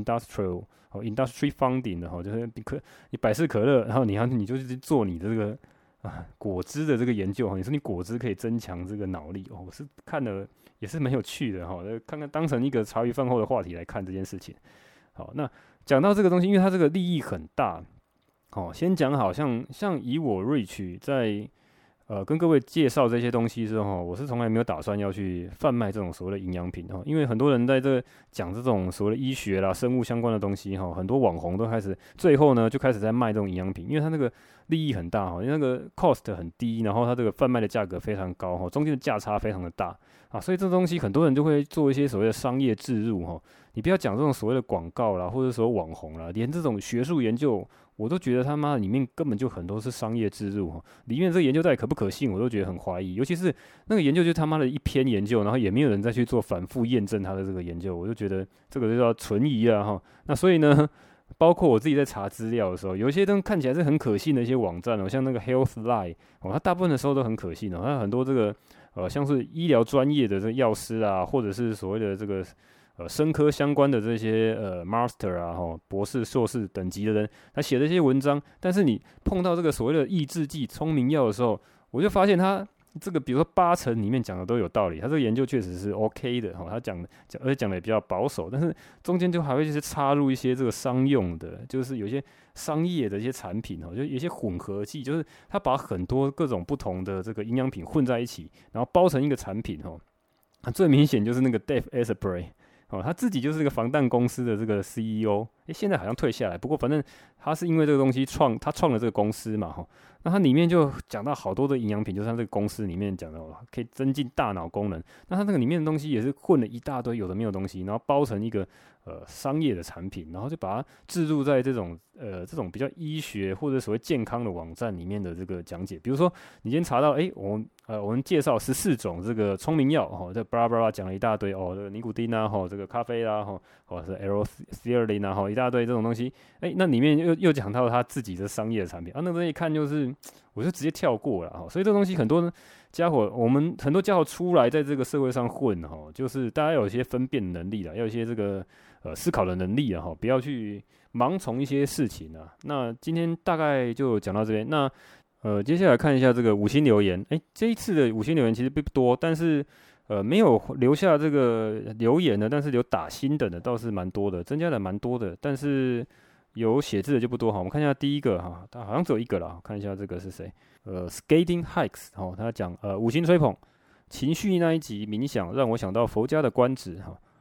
industry funding 的就是你百事可乐，然后你就去做你的这个果汁的这个研究你说你果汁可以增强这个脑力我是看了也是蛮有趣的看看当成一个茶余饭后的话题来看这件事情。好，那讲到这个东西，因为它这个利益很大，先讲好像以我 Rich 在跟各位介绍这些东西之后，我是从来没有打算要去贩卖这种所谓的营养品因为很多人在这讲这种所谓的医学啦、生物相关的东西很多网红都开始最后呢就开始在卖这种营养品，因为它那个利益很大因为那个 cost 很低，然后它这个贩卖的价格非常高中间的价差非常的大所以这东西很多人就会做一些所谓的商业置入你不要讲这种所谓的广告啦，或者说网红啦，连这种学术研究我都觉得他妈里面根本就很多是商业置入里面这个研究到底可不可信，我都觉得很怀疑。尤其是那个研究就他妈的一篇研究，然后也没有人再去做反复验证他的这个研究，我就觉得这个就叫存疑了那所以呢，包括我自己在查资料的时候，有一些东西看起来是很可信的一些网站像那个 Healthline 它大部分的时候都很可信它很多这个像是医疗专业的这个药师啊，或者是所谓的这个生科相关的这些master 啊博士、硕士等级的人，他写的这些文章，但是你碰到这个所谓的抑制剂、聪明药的时候，我就发现他这个比如说80%里面讲的都有道理，他这个研究确实是 OK 的他而且讲的也比较保守，但是中间就还会就是插入一些这个商用的，就是有些商业的一些产品就有一些混合剂，就是他把很多各种不同的这个营养品混在一起，然后包成一个产品最明显就是那个 Dave Asprey。他自己就是这个防弹公司的这个 CEO， 现在好像退下来，不过反正他是因为这个东西他创了这个公司嘛那他里面就讲到好多的营养品，就是他这个公司里面讲的可以增进大脑功能，那他那个里面的东西也是混了一大堆有的没有东西，然后包成一个商业的产品，然后就把它置入在这种比较医学或者所谓健康的网站里面的这个讲解。比如说你今天查到我们介绍14种这个聪明药这巴拉巴拉讲了一大堆这个尼古丁啊这个咖啡啦或者是 L-theanine 啊一大堆这种东西那里面又讲到他自己的商业的产品那个东西一看就是我就直接跳过了所以这东西很多家伙，我们很多家伙出来在这个社会上混就是大家有一些分辨能力啦，要有一些这个思考的能力不要去盲从一些事情那今天大概就讲到这边，那接下来看一下这个5星留言。这一次的5星留言其实不多，但是没有留下这个留言的，但是有打星的倒是蛮多的，增加了蛮多的，但是有写字的就不多我们看一下第一个它好像只有一个啦，看一下这个是谁Skating Hikes 他讲5星吹捧情绪那一集冥想让我想到佛家的观止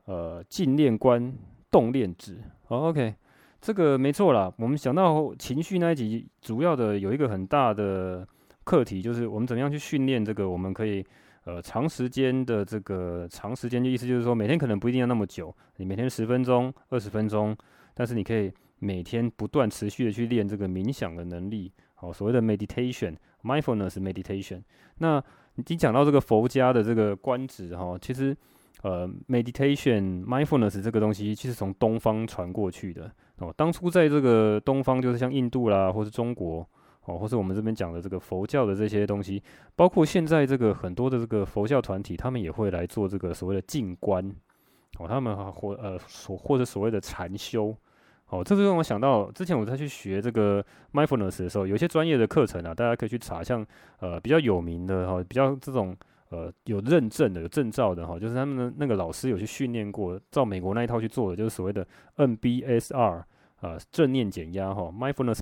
静练观动练止。OK， 这个没错啦。我们想到情绪那一集，主要的有一个很大的课题，就是我们怎么样去训练这个，我们可以长时间的这个长时间的意思就是说，每天可能不一定要那么久，你每天10分钟、20分钟，但是你可以每天不断持续的去练这个冥想的能力，所谓的 meditation、mindfulness meditation。那你讲到这个佛家的这个观止其实meditation、mindfulness 这个东西，其实从东方传过去的当初在这个东方，就是像印度啦，或是中国或是我们这边讲的这个佛教的这些东西，包括现在这个很多的这个佛教团体，他们也会来做这个所谓的静观他们或者所谓的禅修。这就让我想到，之前我在去学这个 mindfulness 的时候，有一些专业的课程啊，大家可以去查，像比较有名的比较这种有认证的、有证照的就是他们的那个老师有去训练过，照美国那一套去做的，就是所谓的 MBSR 正念减压mindfulness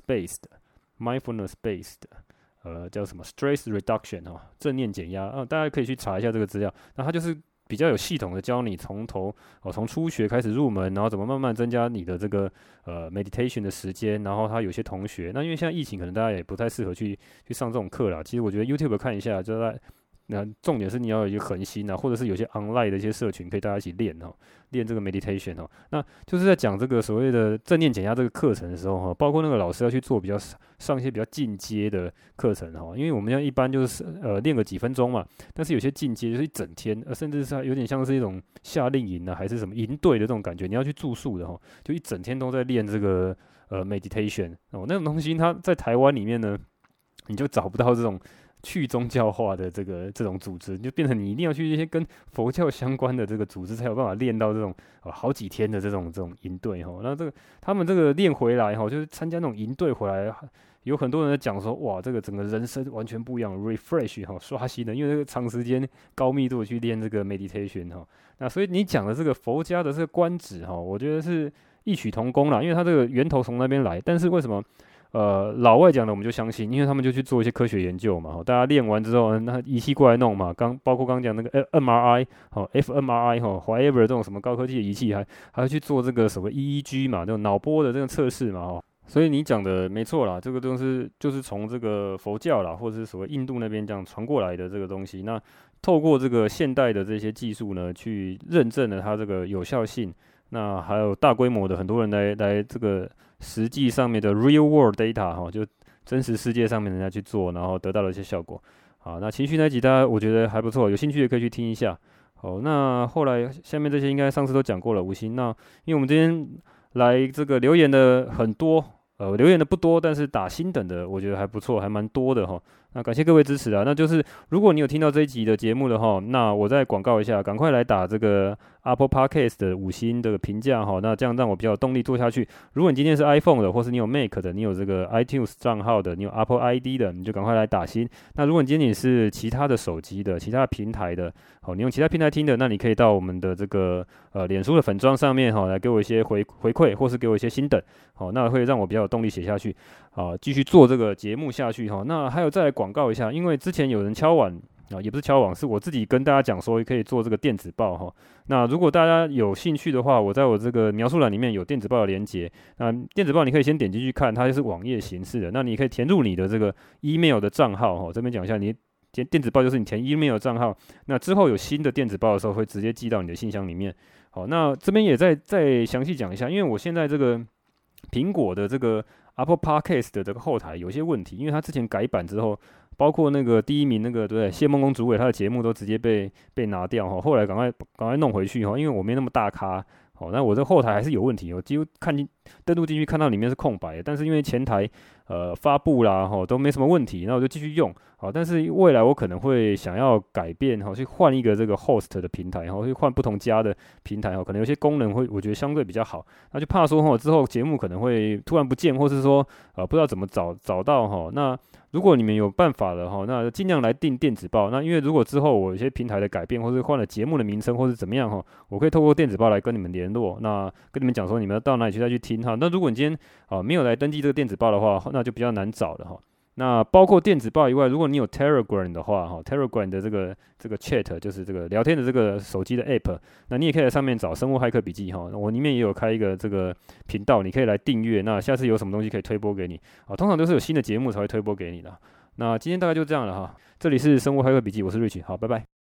based 叫什么 stress reduction 正念减压大家可以去查一下这个资料。那它就是比较有系统的教你从初学开始入门，然后怎么慢慢增加你的这个meditation 的时间。然后他有些同学，那因为现在疫情，可能大家也不太适合去上这种课啦。其实我觉得 YouTube 看一下，就在那重点是你要有一个恒心或者是有些 online 的一些社群，可以大家一起练练这个 meditation 那就是在讲这个所谓的正念减压这个课程的时候包括那个老师要去做上一些比较进阶的课程因为我们一般就是练个几分钟嘛，但是有些进阶就是一整天，甚至是有点像是一种夏令营还是什么营队的这种感觉，你要去住宿的就一整天都在练这个meditation 那种东西，它在台湾里面呢，你就找不到这种去宗教化的这种组织，就变成你一定要去一些跟佛教相关的这个组织，才有办法练到这种好几天的这种营队那这个他们这个练回来就是参加那种营队回来，有很多人在讲说，哇，这个整个人生完全不一样 ，refresh 刷新的，因为这个长时间高密度的去练这个 meditation 那所以你讲的这个佛家的这个观止我觉得是异曲同工啦，因为它这个源头从那边来，但是为什么？老外讲的我们就相信，因为他们就去做一些科学研究嘛。大家练完之后，那仪器过来弄嘛。包括刚讲那个MRI、fMRI、whatever 这种什么高科技的仪器，还要去做这个什么 EEG 嘛，这种脑波的这个测试嘛。所以你讲的没错啦，这个东西就是从这个佛教啦，或者是所谓印度那边这样传过来的这个东西。那透过这个现代的这些技术呢，去认证了它这个有效性。那还有大规模的很多人来这个实际上面的 real world data 就真实世界上面人家去做，然后得到了一些效果。好，那情绪那集大家我觉得还不错，有兴趣也可以去听一下。好，那后来下面这些应该上次都讲过了，吴昕。那因为我们今天来这个留言的很多，留言的不多，但是打星等的我觉得还不错，还蛮多的那感谢各位支持啊。那就是如果你有听到这一集的节目的那我再广告一下，赶快来打这个 Apple Podcast 的5星的评价那这样让我比较有动力做下去。如果你今天是 iPhone 的，或是你有 Mac 的，你有这个 iTunes 账号的，你有 Apple ID 的，你就赶快来打星。那如果你今天是其他的手机的、其他的平台的，你用其他平台听的，那你可以到我们的这个脸书的粉专上面来给我一些回馈，或是给我一些心得那会让我比较有动力写下去继续做这个节目下去那还有再来广告一下，因为之前有人敲碗也不是敲碗，是我自己跟大家讲说可以做这个电子报那如果大家有兴趣的话，我在我这个描述栏里面有电子报的连结。那电子报你可以先点进去看，它就是网页形式的。那你可以填入你的这个 email 的账号这边讲一下，你电子报就是你填 email 账号，那之后有新的电子报的时候会直接寄到你的信箱里面。好，那这边也再详细讲一下，因为我现在这个苹果的这个 Apple Podcast 的这个后台有些问题，因为它之前改版之后，包括那个第一名那个对谢梦工主委他的节目都直接被拿掉后来赶快弄回去因为我没那么大咖那我这后台还是有问题，我几乎登录进去看到里面是空白的，但是因为前台发布啦都没什么问题，那我就继续用但是未来我可能会想要改变去换一个这个 host 的平台去换不同家的平台可能有些功能会我觉得相对比较好，那就怕说之后节目可能会突然不见，或是说不知道怎么找到那如果你们有办法的那尽量来订电子报。那因为如果之后我有些平台的改变，或是换了节目的名称，或是怎么样我可以透过电子报来跟你们联络，那跟你们讲说你们要到哪里去再去听那如果你今天没有来登记这个电子报的话，那就比较难找了那包括电子报以外，如果你有 Telegram 的话，Telegram 的这个 Chat 就是这个聊天的这个手机的 App， 那你也可以在上面找生物骇客笔记我里面也有开一个这个频道，你可以来订阅。那下次有什么东西可以推播给你通常都是有新的节目才会推播给你的。那今天大概就这样了这里是生物骇客笔记，我是 Rich， 好，拜拜。